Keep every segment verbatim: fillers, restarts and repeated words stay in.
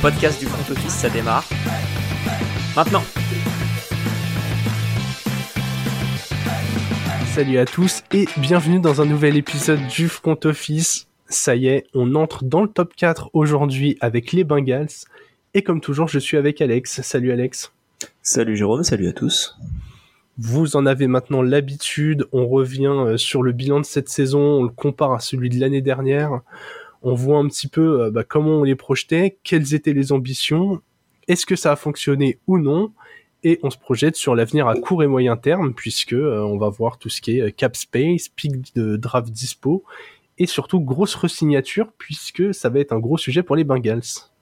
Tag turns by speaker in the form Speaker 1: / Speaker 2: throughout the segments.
Speaker 1: podcast du front office, ça démarre maintenant.
Speaker 2: Salut à tous et bienvenue dans un nouvel épisode du front office. Ça y est, on entre dans le top quatre aujourd'hui avec les Bengals. Et comme toujours, je suis avec Alex. Salut Alex.
Speaker 3: Salut Jérôme, salut à tous.
Speaker 2: Vous en avez maintenant l'habitude, on revient sur le bilan de cette saison, on le compare à celui de l'année dernière. On voit un petit peu euh, bah, comment on les projetait, quelles étaient les ambitions, est-ce que ça a fonctionné ou non, et on se projette sur l'avenir à court et moyen terme, puisque euh, on va voir tout ce qui est euh, cap space, pick de draft dispo, et surtout grosse resignature, puisque ça va être un gros sujet pour les Bengals.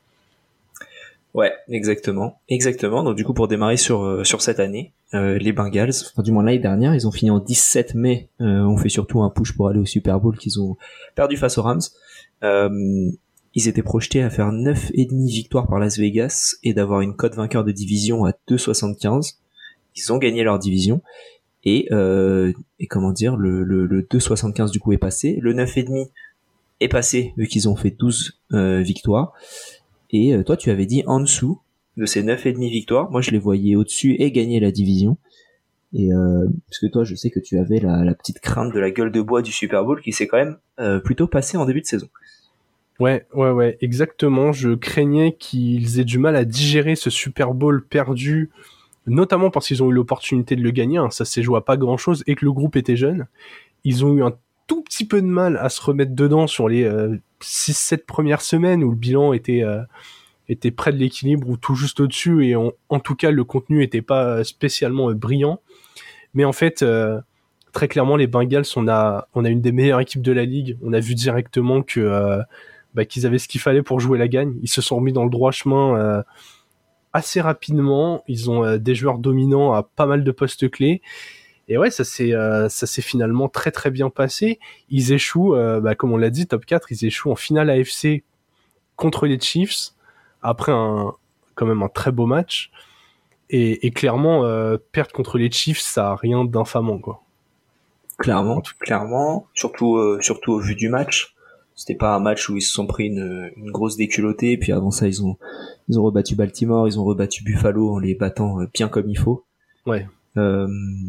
Speaker 3: Ouais, exactement, exactement. Donc du coup, pour démarrer sur euh, sur cette année, euh, les Bengals, enfin du moins l'année dernière, ils ont fini en dix-sept mai. Euh, on fait surtout un push pour aller au Super Bowl qu'ils ont perdu face aux Rams. Euh, ils étaient projetés à faire neuf virgule cinq victoires par Las Vegas et d'avoir une cote vainqueur de division à deux virgule soixante-quinze. Ils ont gagné leur division et euh, et comment dire, le le, le deux virgule soixante-quinze du coup est passé, le neuf virgule cinq est passé vu qu'ils ont fait douze euh, victoires. Et euh, toi, tu avais dit en dessous de ces neuf virgule cinq victoires. Moi, je les voyais au-dessus et gagner la division. Et euh, parce que toi, je sais que tu avais la, la petite crainte de la gueule de bois du Super Bowl qui s'est quand même euh, plutôt passée en début de saison.
Speaker 2: Ouais, ouais, ouais, exactement. Je craignais qu'ils aient du mal à digérer ce Super Bowl perdu, notamment parce qu'ils ont eu l'opportunité de le gagner. Hein. Ça s'est joué à pas grand-chose et que le groupe était jeune. Ils ont eu un tout petit peu de mal à se remettre dedans sur les euh, six sept premières semaines où le bilan était euh, était près de l'équilibre ou tout juste au-dessus et en, en tout cas le contenu était pas spécialement euh, brillant. Mais en fait, euh, très clairement, les Bengals, on a on a une des meilleures équipes de la ligue. On a vu directement que euh, bah, qu'ils avaient ce qu'il fallait pour jouer la gagne. Ils se sont remis dans le droit chemin euh, assez rapidement. Ils ont euh, des joueurs dominants à pas mal de postes clés. Et ouais, ça s'est, euh, ça s'est finalement très très bien passé. Ils échouent, euh, bah, comme on l'a dit, top quatre, ils échouent en finale A F C contre les Chiefs, après un, quand même un très beau match. Et, et clairement, euh, perdre contre les Chiefs, ça a rien d'infamant, quoi.
Speaker 3: Clairement, clairement, surtout euh, surtout au vu du match. C'était pas un match où ils se sont pris une, une grosse déculottée, puis avant ça ils ont ils ont rebattu Baltimore, ils ont rebattu Buffalo en les battant bien comme il faut.
Speaker 2: Ouais.
Speaker 3: Euh,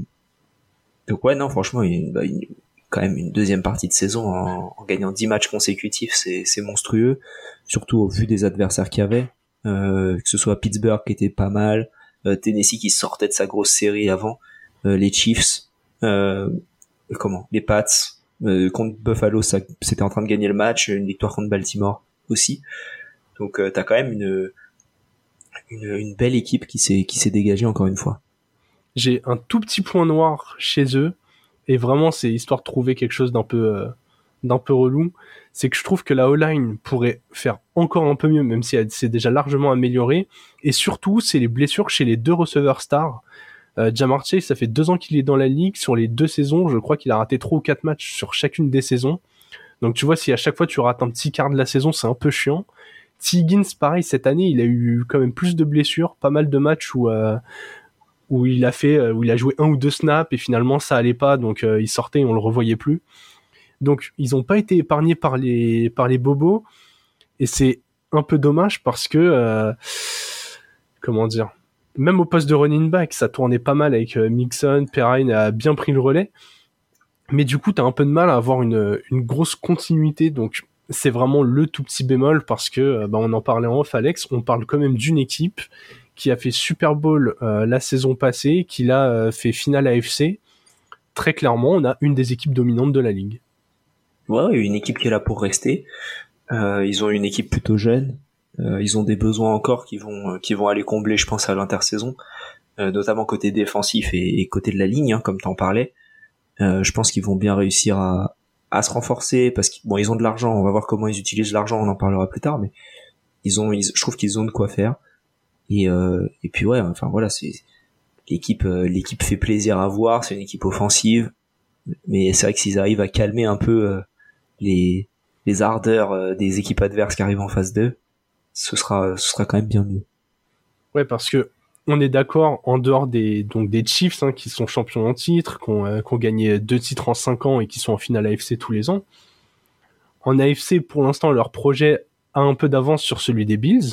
Speaker 3: donc ouais, non, franchement, il, bah, il, quand même une deuxième partie de saison en, en gagnant dix matchs consécutifs, c'est c'est monstrueux, surtout au vu des adversaires qu'il y avait, euh, que ce soit Pittsburgh qui était pas mal, euh, Tennessee qui sortait de sa grosse série avant, euh, les Chiefs, euh, comment, les Pats. Euh, contre Buffalo, ça, c'était en train de gagner le match, une victoire contre Baltimore aussi. Donc euh, t'as quand même une, une une belle équipe qui s'est qui s'est dégagée encore une fois.
Speaker 2: J'ai un tout petit point noir chez eux, et vraiment c'est histoire de trouver quelque chose d'un peu euh, d'un peu relou. C'est que je trouve que la O-line pourrait faire encore un peu mieux, même si elle s'est déjà largement améliorée. Et surtout, c'est les blessures chez les deux receveurs stars. Euh, Ja'Marr Chase, ça fait deux ans qu'il est dans la ligue. Sur les deux saisons, je crois qu'il a raté trois ou quatre matchs sur chacune des saisons. Donc tu vois, si à chaque fois tu rates un petit quart de la saison, c'est un peu chiant. T. Higgins, pareil, cette année, il a eu quand même plus de blessures, pas mal de matchs où euh, où il a fait, euh, où il a joué un ou deux snaps et finalement ça allait pas, donc euh, il sortait et on le revoyait plus. Donc ils ont pas été épargnés par les par les bobos et c'est un peu dommage parce que euh, comment dire. Même au poste de running back, ça tournait pas mal avec euh, Mixon, Perrine a bien pris le relais. Mais du coup, t'as un peu de mal à avoir une, une grosse continuité. Donc, c'est vraiment le tout petit bémol parce que, euh, bah, on en parlait en off, Alex, on parle quand même d'une équipe qui a fait Super Bowl euh, la saison passée, qui l'a euh, fait finale A F C. Très clairement, on a une des équipes dominantes de la ligue.
Speaker 3: Ouais, une équipe qui est là pour rester. Euh, ils ont une équipe plutôt jeune. Euh, ils ont des besoins encore qui vont qui vont aller combler, je pense, à l'intersaison, euh, notamment côté défensif et, et côté de la ligne, hein, comme t'en parlais. Euh, je pense qu'ils vont bien réussir à à se renforcer parce qu'ils bon, ils ont de l'argent. On va voir comment ils utilisent l'argent. On en parlera plus tard, mais ils ont, ils, je trouve qu'ils ont de quoi faire. Et euh, et puis ouais, enfin voilà, c'est l'équipe euh, l'équipe fait plaisir à voir. C'est une équipe offensive, mais c'est vrai que s'ils arrivent à calmer un peu euh, les les ardeurs euh, des équipes adverses qui arrivent en phase deux, ce sera ce sera quand même bien mieux.
Speaker 2: Ouais, parce que on est d'accord, en dehors des donc des Chiefs, hein, qui sont champions en titre, qui ont, euh, qui ont gagné deux titres en cinq ans et qui sont en finale A F C tous les ans. En A F C, pour l'instant, leur projet a un peu d'avance sur celui des Bills,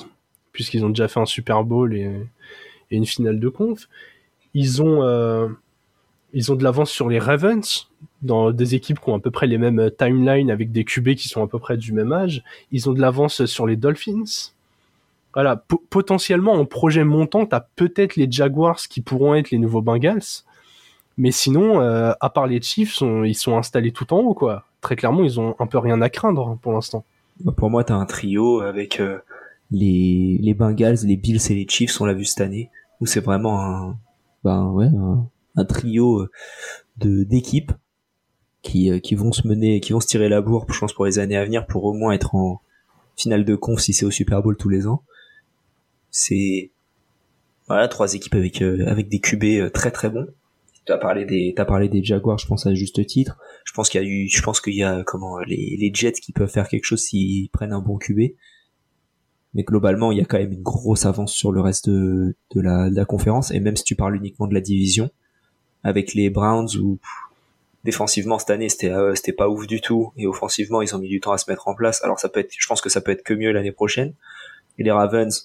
Speaker 2: puisqu'ils ont déjà fait un Super Bowl et, et une finale de conf. Ils ont, euh, ils ont de l'avance sur les Ravens, dans des équipes qui ont à peu près les mêmes timelines avec des Q B qui sont à peu près du même âge. Ils ont de l'avance sur les Dolphins. Voilà, P- potentiellement en projet montant, t'as peut-être les Jaguars qui pourront être les nouveaux Bengals. Mais sinon, euh, à part les Chiefs, sont, ils sont installés tout en haut, quoi. Très clairement, ils ont un peu rien à craindre pour l'instant.
Speaker 3: Pour moi, t'as un trio avec euh, les les Bengals, les Bills et les Chiefs, on l'a vu cette année, où c'est vraiment un ben ouais un, un trio de d'équipes qui qui vont se mener, qui vont se tirer la bourre, je pense, pour les années à venir, pour au moins être en finale de conf si c'est au Super Bowl tous les ans. C'est voilà, trois équipes avec euh, avec des Q B très très bons. T'as parlé des t'as parlé des Jaguars, je pense à juste titre. Je pense qu'il y a eu je pense qu'il y a comment les les Jets qui peuvent faire quelque chose s'ils prennent un bon Q B. Mais globalement, il y a quand même une grosse avance sur le reste de de la de la conférence, et même si tu parles uniquement de la division avec les Browns, où pff, défensivement cette année c'était euh, c'était pas ouf du tout, et offensivement ils ont mis du temps à se mettre en place. Alors ça peut être je pense que ça peut être que mieux l'année prochaine. Et les Ravens,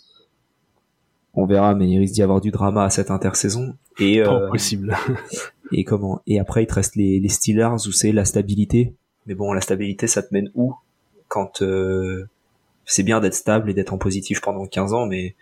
Speaker 3: on verra, mais il risque d'y avoir du drama à cette intersaison. Et
Speaker 2: Pas
Speaker 3: euh,
Speaker 2: possible.
Speaker 3: et comment et après il te reste les, les Steelers, où c'est la stabilité. Mais bon, la stabilité, ça te mène où quand euh, c'est bien d'être stable et d'être en positif pendant quinze ans, mais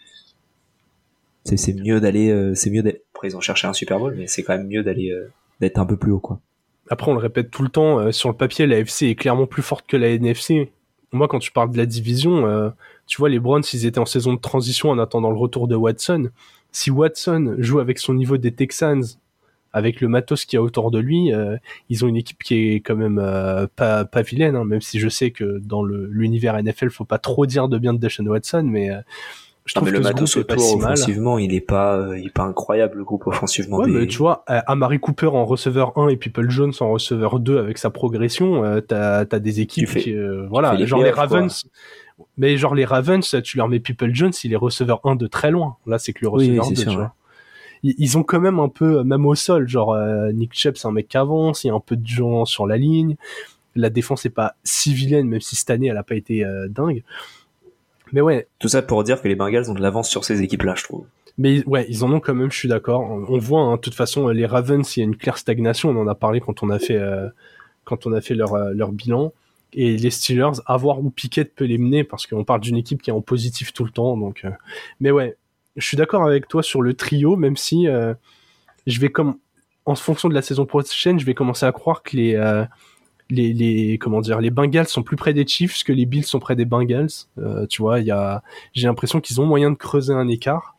Speaker 3: c'est c'est mieux d'aller euh, c'est mieux d'être, après ils ont cherché un Super Bowl, mais c'est quand même mieux d'aller euh, d'être un peu plus haut, quoi.
Speaker 2: Après, on le répète tout le temps, euh, sur le papier, la F C est clairement plus forte que la N F C. Moi, quand tu parles de la division, euh, tu vois, les Browns, ils étaient en saison de transition en attendant le retour de Watson. Si Watson joue avec son niveau des Texans, avec le matos qu'il y a autour de lui, euh, ils ont une équipe qui est quand même euh, pas, pas vilaine, hein, même si je sais que dans le, l'univers N F L, faut pas trop dire de bien de Deshaun Watson, mais euh, je trouve
Speaker 3: Non, mais
Speaker 2: que
Speaker 3: le
Speaker 2: ce
Speaker 3: matos
Speaker 2: groupe est pas
Speaker 3: autour
Speaker 2: si mal.
Speaker 3: offensivement, il est pas euh, il est pas incroyable, le groupe offensivement
Speaker 2: Ouais,
Speaker 3: des
Speaker 2: mais tu vois, euh, Amari Cooper en receveur un et People Jones en receveur deux avec sa progression, euh, t'as, t'as des équipes
Speaker 3: fais-
Speaker 2: qui, euh,
Speaker 3: fais
Speaker 2: voilà,
Speaker 3: les
Speaker 2: genre les
Speaker 3: playoffs, quoi.
Speaker 2: Ravens. Mais genre les Ravens, tu leur mets People Jones, il est receveur un de très loin. Là, c'est que le
Speaker 3: Oui, oui,
Speaker 2: receveur
Speaker 3: c'est
Speaker 2: deux,
Speaker 3: sûr,
Speaker 2: tu
Speaker 3: ouais.
Speaker 2: vois. Ils, ils ont quand même un peu, même au sol, genre euh, Nick Chubb, c'est un mec qui avance, il y a un peu de gens sur la ligne. La défense est pas si vilaine, même si cette année, elle a pas été euh, dingue. Mais ouais,
Speaker 3: Tout ça pour dire que les Bengals ont de l'avance sur ces équipes-là, je trouve.
Speaker 2: mais ouais, ils en ont quand même, je suis d'accord. On voit, hein, de toute façon, les Ravens, il y a une claire stagnation. On en a parlé quand on a fait, euh, quand on a fait leur, euh, leur bilan. Et les Steelers, à voir où Pickett peut les mener, parce qu'on parle d'une équipe qui est en positif tout le temps. Donc, euh... mais ouais, je suis d'accord avec toi sur le trio, même si euh, je vais comme, en fonction de la saison prochaine, je vais commencer à croire que les, euh, les, les, comment dire, les Bengals sont plus près des Chiefs que les Bills sont près des Bengals. Euh, tu vois, il y a, j'ai l'impression qu'ils ont moyen de creuser un écart.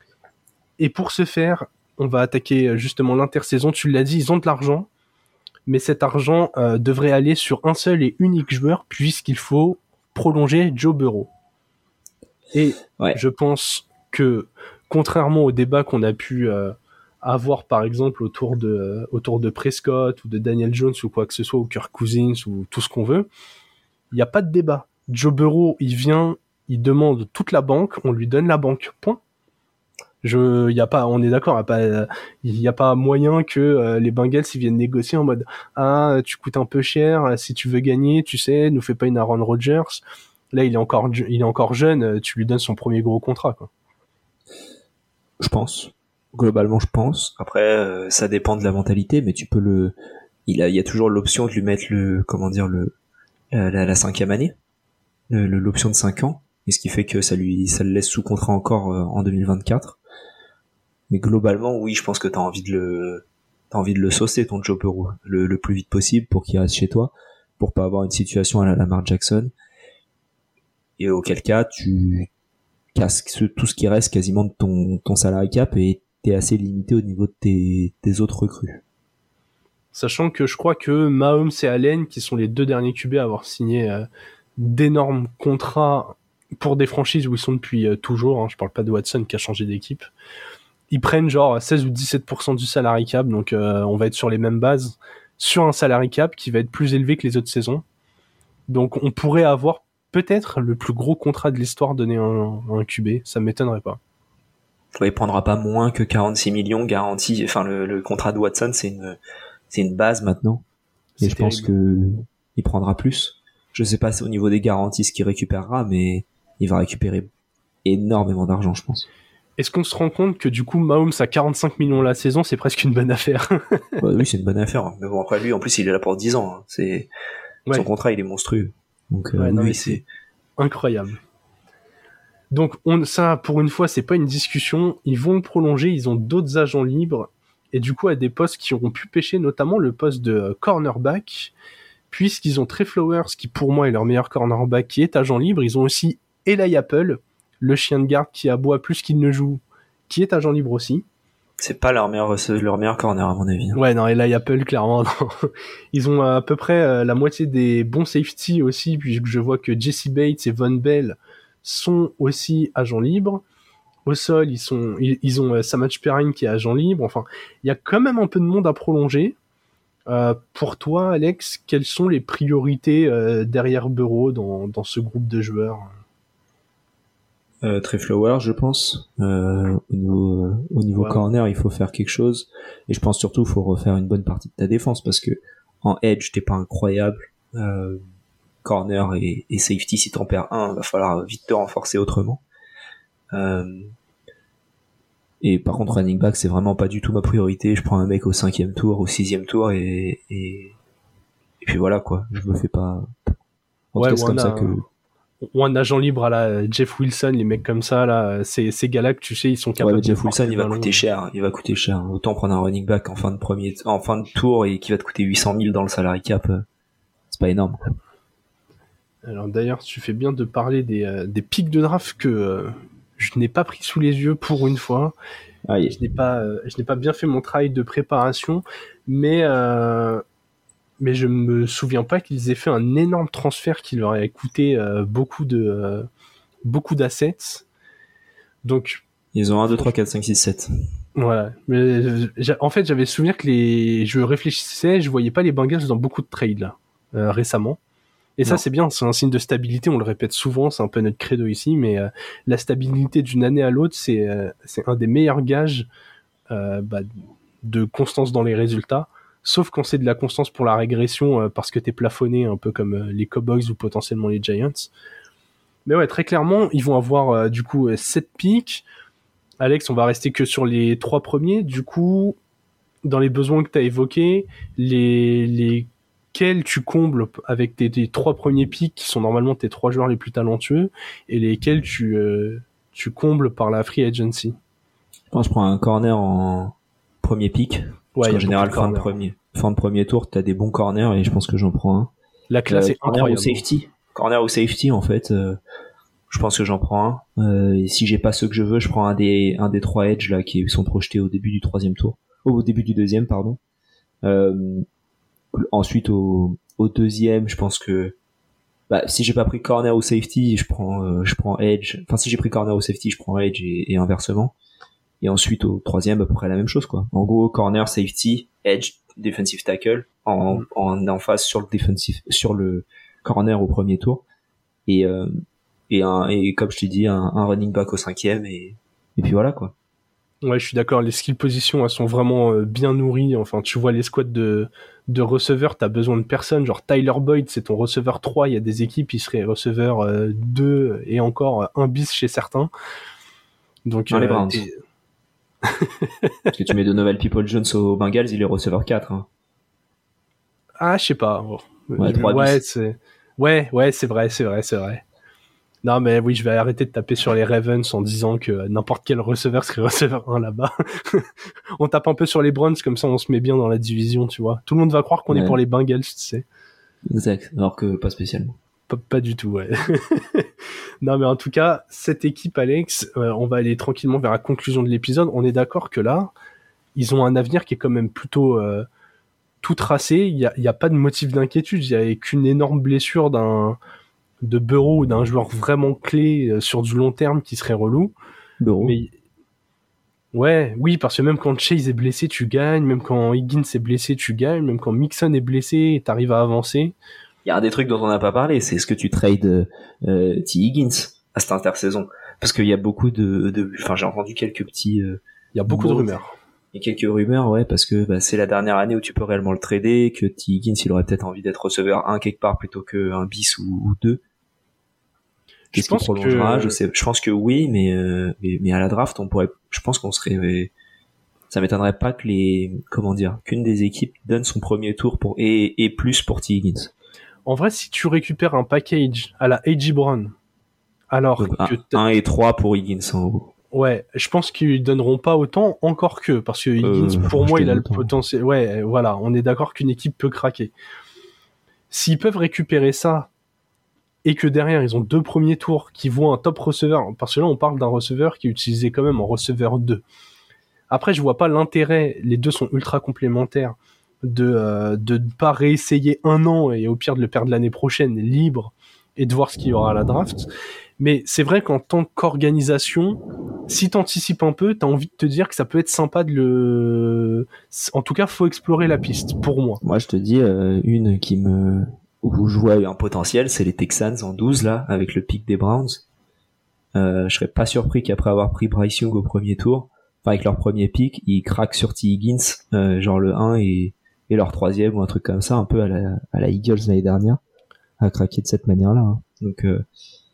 Speaker 2: Et pour ce faire, on va attaquer justement l'intersaison. Tu l'as dit, ils ont de l'argent, mais cet argent euh, devrait aller sur un seul et unique joueur, puisqu'il faut prolonger Joe Burrow. Et
Speaker 3: Ouais.
Speaker 2: je pense que, contrairement au débat qu'on a pu euh, avoir, par exemple, autour de, euh, autour de Prescott, ou de Daniel Jones, ou quoi que ce soit, ou Kirk Cousins, ou tout ce qu'on veut, il n'y a pas de débat. Joe Burrow, il vient, il demande toute la banque, on lui donne la banque, point. Je, y a pas, on est d'accord, il y a pas, il y a pas moyen que euh, les Bengals ils viennent négocier en mode ah tu coûtes un peu cher, si tu veux gagner, tu sais, nous fais pas une Aaron Rodgers. Là il est encore, il est encore jeune, tu lui donnes son premier gros contrat, quoi.
Speaker 3: Je pense. Globalement, je pense. Après, euh, ça dépend de la mentalité, mais tu peux le. Il a, il y a toujours l'option de lui mettre le, comment dire, le, la, la, la cinquième année, le, le, l'option de cinq ans, et ce qui fait que ça lui, ça le laisse sous contrat encore euh, en deux mille vingt-quatre. Mais globalement, oui, je pense que t'as envie de le, t'as envie de le saucer, ton Joe Burrow, le, le plus vite possible pour qu'il reste chez toi, pour pas avoir une situation à la Lamar Jackson. Et auquel cas, tu casses tout ce qui reste quasiment de ton, ton salary cap, et t'es assez limité au niveau de tes, tes autres recrues.
Speaker 2: Sachant que je crois que Mahomes et Allen, qui sont les deux derniers Q B à avoir signé euh, d'énormes contrats pour des franchises où ils sont depuis euh, toujours, hein, je parle pas de Watson qui a changé d'équipe, ils prennent genre seize ou dix-sept pour cent du salary cap, donc euh, on va être sur les mêmes bases, sur un salary cap qui va être plus élevé que les autres saisons. Donc on pourrait avoir peut-être le plus gros contrat de l'histoire donné à un, un Q B, ça m'étonnerait pas.
Speaker 3: Ouais, il prendra pas moins que quarante-six millions garantis. Enfin, le, le contrat de Watson, c'est une, c'est une base maintenant. Et
Speaker 2: C'est
Speaker 3: je
Speaker 2: terrible.
Speaker 3: pense que il prendra plus. Je sais pas au niveau des garanties ce qu'il récupérera, mais il va récupérer, énormément d'argent, je pense.
Speaker 2: Est-ce qu'on se rend compte que du coup Mahomes à quarante-cinq millions la saison, c'est presque une bonne affaire?
Speaker 3: Ouais, oui, c'est une bonne affaire. Mais bon, après lui, en plus, il est là pour dix ans. Hein. C'est ouais. Son contrat, il est monstrueux. Donc euh,
Speaker 2: ouais, non,
Speaker 3: oui,
Speaker 2: c'est...
Speaker 3: c'est
Speaker 2: incroyable. Donc on, ça, pour une fois, c'est pas une discussion. Ils vont le prolonger. Ils ont d'autres agents libres et du coup à des postes qui auront pu pêcher, notamment le poste de cornerback, puisqu'ils ont Trey Flowers, qui pour moi est leur meilleur cornerback, qui est agent libre. Ils ont aussi Eli Apple, le chien de garde qui aboie plus qu'il ne joue, qui est agent libre aussi.
Speaker 3: C'est pas leur meilleur, leur meilleur corner à mon avis.
Speaker 2: Ouais, non, Eli Apple, clairement, non. Ils ont à peu près euh, la moitié des bons safety aussi, puisque je vois que Jesse Bates et Von Bell sont aussi agents libres. Au sol, ils sont, ils, ils ont euh, Samaj Perrine qui est agent libre. Enfin, il y a quand même un peu de monde à prolonger. Euh, pour toi, Alex, quelles sont les priorités euh, derrière Burrow dans, dans ce groupe de joueurs?
Speaker 3: Euh, Trey Flowers, je pense. Euh, au niveau, euh, au niveau ouais. corner, il faut faire quelque chose. Et je pense surtout, il faut refaire une bonne partie de ta défense parce que en edge, t'es pas incroyable. Euh, corner et, et safety, si t'en perds un, va falloir vite te renforcer autrement. Euh, et par contre, running back, c'est vraiment pas du tout ma priorité. Je prends un mec au cinquième tour, au sixième tour et, et, et puis voilà quoi. Je me fais pas. En
Speaker 2: ouais,
Speaker 3: tout cas, c'est comme
Speaker 2: a...
Speaker 3: ça que.
Speaker 2: Ou un agent libre à la Jeff Wilson, les mecs comme ça, là, ces, ces gars-là que tu sais, ils sont capables
Speaker 3: ouais,
Speaker 2: de...
Speaker 3: Jeff Wilson, il va coûter cher, il va coûter cher. Autant prendre un running back en fin de premier, en fin de tour et qui va te coûter huit cent mille dans le salary cap. C'est pas énorme.
Speaker 2: Alors d'ailleurs, tu fais bien de parler des, euh, des pics de draft que euh, je n'ai pas pris sous les yeux pour une fois.
Speaker 3: Ah, yeah.
Speaker 2: Je n'ai pas, euh, je n'ai pas bien fait mon travail de préparation, mais... Euh... mais je me souviens pas qu'ils aient fait un énorme transfert qui leur ait coûté euh, beaucoup de euh, beaucoup d'assets. Donc
Speaker 3: ils ont un, deux, trois, quatre, cinq, six, sept.
Speaker 2: Voilà. Mais en fait, j'avais souvenir que les je réfléchissais, je voyais pas les Bengals dans beaucoup de trades là euh, récemment. Et non. Ça c'est bien, c'est un signe de stabilité, on le répète souvent, c'est un peu notre credo ici, mais euh, la stabilité d'une année à l'autre, c'est euh, c'est un des meilleurs gages euh, bah, de constance dans les résultats. Sauf quand c'est de la constance pour la régression, euh, parce que t'es plafonné, un peu comme euh, les Cowboys ou potentiellement les Giants. Mais ouais, très clairement, ils vont avoir euh, du coup euh, sept picks. Alex, on va rester que sur les trois premiers. Du coup, dans les besoins que t'as évoqués, les, lesquels tu combles avec tes, tes trois premiers picks, qui sont normalement tes trois joueurs les plus talentueux, et lesquels tu, euh, tu combles par la free agency.
Speaker 3: Moi, je prends un corner en premier pick.
Speaker 2: Ouais,
Speaker 3: en général, fin de, premier, fin de premier tour, t'as des bons corners et je pense que j'en prends un.
Speaker 2: La classe euh, est
Speaker 3: corner
Speaker 2: incroyable.
Speaker 3: Ou safety. Corner ou safety, en fait, euh, je pense que j'en prends un. Euh, et si j'ai pas ceux que je veux, je prends un des, un des trois edge là qui sont projetés au début du troisième tour. Au début du deuxième, pardon. Euh, ensuite, au, au deuxième, je pense que bah, si j'ai pas pris corner ou safety, je prends, euh, je prends edge. Enfin, si j'ai pris corner ou safety, je prends edge et, et inversement. Et ensuite, au troisième, à peu près la même chose, quoi. En gros, corner, safety, edge, defensive tackle, en, mm. en, en face sur le defensive, sur le corner au premier tour. Et, euh, et un, et comme je t'ai dit, un, un running back au cinquième et, et puis voilà, quoi.
Speaker 2: Ouais, je suis d'accord. Les skill positions, elles sont vraiment euh, bien nourries. Enfin, tu vois les squads de, de receveurs, t'as besoin de personne. Genre, Tyler Boyd, c'est ton receveur trois. Il y a des équipes, il serait receveur euh, deux et encore euh, un bis chez certains. Donc,
Speaker 3: dans
Speaker 2: euh,
Speaker 3: les Browns. Parce que tu mets Donovan People-Jones aux Bengals, il est receveur quatre. Hein.
Speaker 2: Ah, je sais pas.
Speaker 3: Ouais, trois
Speaker 2: ouais,
Speaker 3: bis.
Speaker 2: c'est... ouais, ouais, c'est vrai, c'est vrai, c'est vrai. Non, mais oui, je vais arrêter de taper sur les Ravens en disant que n'importe quel receveur serait receveur un là-bas. On tape un peu sur les Browns, comme ça on se met bien dans la division, tu vois. Tout le monde va croire qu'on ouais. est pour les Bengals, tu sais.
Speaker 3: Exact, alors que pas spécialement.
Speaker 2: Pas, pas du tout, ouais. Non, mais en tout cas, cette équipe, Alex, euh, on va aller tranquillement vers la conclusion de l'épisode. On est d'accord que là, ils ont un avenir qui est quand même plutôt euh, tout tracé. Il y a, y a pas de motif d'inquiétude. Il y a qu'une énorme blessure d'un de Burrow ou d'un joueur vraiment clé euh, sur du long terme qui serait relou.
Speaker 3: Burrow.
Speaker 2: Mais ouais, oui, parce que même quand Chase est blessé, tu gagnes. Même quand Higgins est blessé, tu gagnes. Même quand Mixon est blessé, t'arrives à avancer.
Speaker 3: Il y a un des trucs dont on n'a pas parlé, c'est est-ce que tu trades euh, T. Higgins à cette intersaison? Parce qu'il y a beaucoup de, de, enfin j'ai entendu quelques petits. Euh,
Speaker 2: il y a beaucoup de rumeurs.
Speaker 3: Il y a quelques rumeurs, ouais, parce que bah, c'est la dernière année où tu peux réellement le trader, que T. Higgins il aurait peut-être envie d'être receveur un quelque part plutôt qu'un bis ou, ou deux. Qu'est-ce qu'il prolongera? Que... Je sais, je pense que oui, mais, euh, mais, mais à la draft, on pourrait, je pense qu'on serait, ça m'étonnerait pas que les, comment dire, qu'une des équipes donne son premier tour pour, et, et plus pour T. Higgins.
Speaker 2: En vrai, si tu récupères un package à la A J Brown, alors
Speaker 3: Donc,
Speaker 2: que
Speaker 3: un et trois pour Higgins en haut.
Speaker 2: Ouais, je pense qu'ils donneront pas autant, encore que, parce que Higgins, euh, pour moi, il a le autant. potentiel. Ouais, voilà, on est d'accord qu'une équipe peut craquer. S'ils peuvent récupérer ça, et que derrière, ils ont deux premiers tours qui vont un top receveur, parce que là, on parle d'un receveur qui est utilisé quand même en receveur deux. Après, je vois pas l'intérêt, les deux sont ultra complémentaires, de euh, de ne pas réessayer un an, et au pire de le perdre l'année prochaine, libre, et de voir ce qu'il y aura à la draft. Mais c'est vrai qu'en tant qu'organisation, si t'anticipes un peu, t'as envie de te dire que ça peut être sympa de le... En tout cas, faut explorer la piste, pour moi.
Speaker 3: Moi, je te dis, euh, une qui me... où je vois un potentiel, c'est les Texans en douze, là, avec le pick des Browns. Euh, je serais pas surpris qu'après avoir pris Bryce Young au premier tour, enfin, avec leur premier pick, ils craquent sur T. Higgins, euh, genre le un et, et leur troisième, ou un truc comme ça, un peu à la, à la Eagles l'année dernière, à craquer de cette manière-là. Hein. Donc... Euh,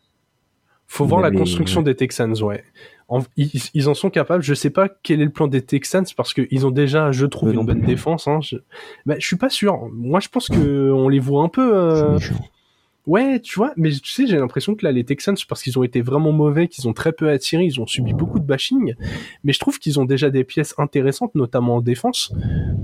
Speaker 2: Faut voir la les... construction des Texans, ouais. En, ils, ils en sont capables. Je sais pas quel est le plan des Texans parce que ils ont déjà, je trouve, euh, une bonne plus. défense. Hein. Je... Ben, je suis pas sûr. Moi, je pense que on les voit un peu. Euh... Ouais, tu vois. Mais tu sais, j'ai l'impression que là, les Texans, parce qu'ils ont été vraiment mauvais, qu'ils ont très peu attiré, ils ont subi beaucoup de bashing. Mais je trouve qu'ils ont déjà des pièces intéressantes, notamment en défense.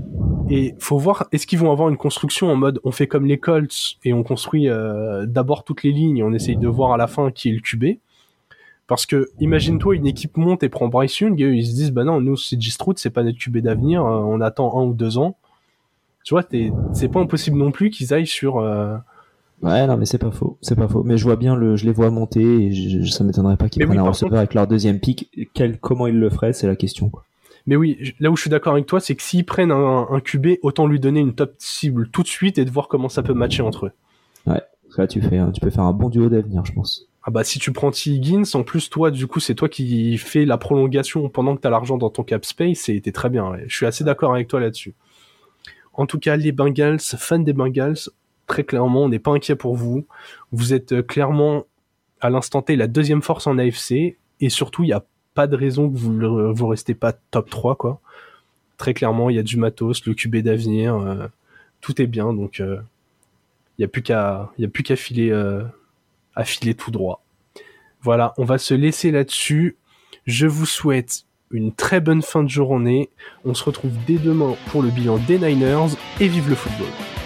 Speaker 2: Et faut voir, est-ce qu'ils vont avoir une construction en mode on fait comme les Colts et on construit euh, d'abord toutes les lignes et on essaye de voir à la fin qui est le Q B. Parce que imagine-toi une équipe monte et prend Bryce Young et eux, ils se disent bah non, nous c'est J. Stroud, c'est pas notre Q B d'avenir, euh, on attend un ou deux ans. Tu vois, t'es, c'est pas impossible non plus qu'ils aillent sur. Euh...
Speaker 3: Ouais, non mais c'est pas faux, c'est pas faux. Mais je vois bien le, je les vois monter et je, je, ça m'étonnerait pas qu'ils mais prennent oui, un receveur contre... avec leur deuxième pick. Quel, comment ils le feraient, c'est la question, quoi.
Speaker 2: Mais oui, là où je suis d'accord avec toi, c'est que s'ils prennent un, un Q B, autant lui donner une top cible tout de suite et de voir comment ça peut matcher entre eux.
Speaker 3: Ouais, ça tu fais, tu peux faire un bon duo d'avenir, je pense.
Speaker 2: Ah bah si tu prends T. Higgins, en plus toi, du coup, c'est toi qui fais la prolongation pendant que t'as l'argent dans ton cap space et t'es très bien. Ouais. Je suis assez d'accord avec toi là-dessus. En tout cas, les Bengals, fans des Bengals, très clairement, on n'est pas inquiet pour vous. Vous êtes clairement, à l'instant T, la deuxième force en A F C et surtout, il y a pas de raison que vous vous restez pas top trois, quoi. Très clairement, il y a du matos, le Q B d'avenir, euh, tout est bien, donc il euh, y a plus qu'à il y a plus qu'à filer euh, à filer tout droit. Voilà, on va se laisser là-dessus. Je vous souhaite une très bonne fin de journée. On se retrouve dès demain pour le bilan des Niners et vive le football.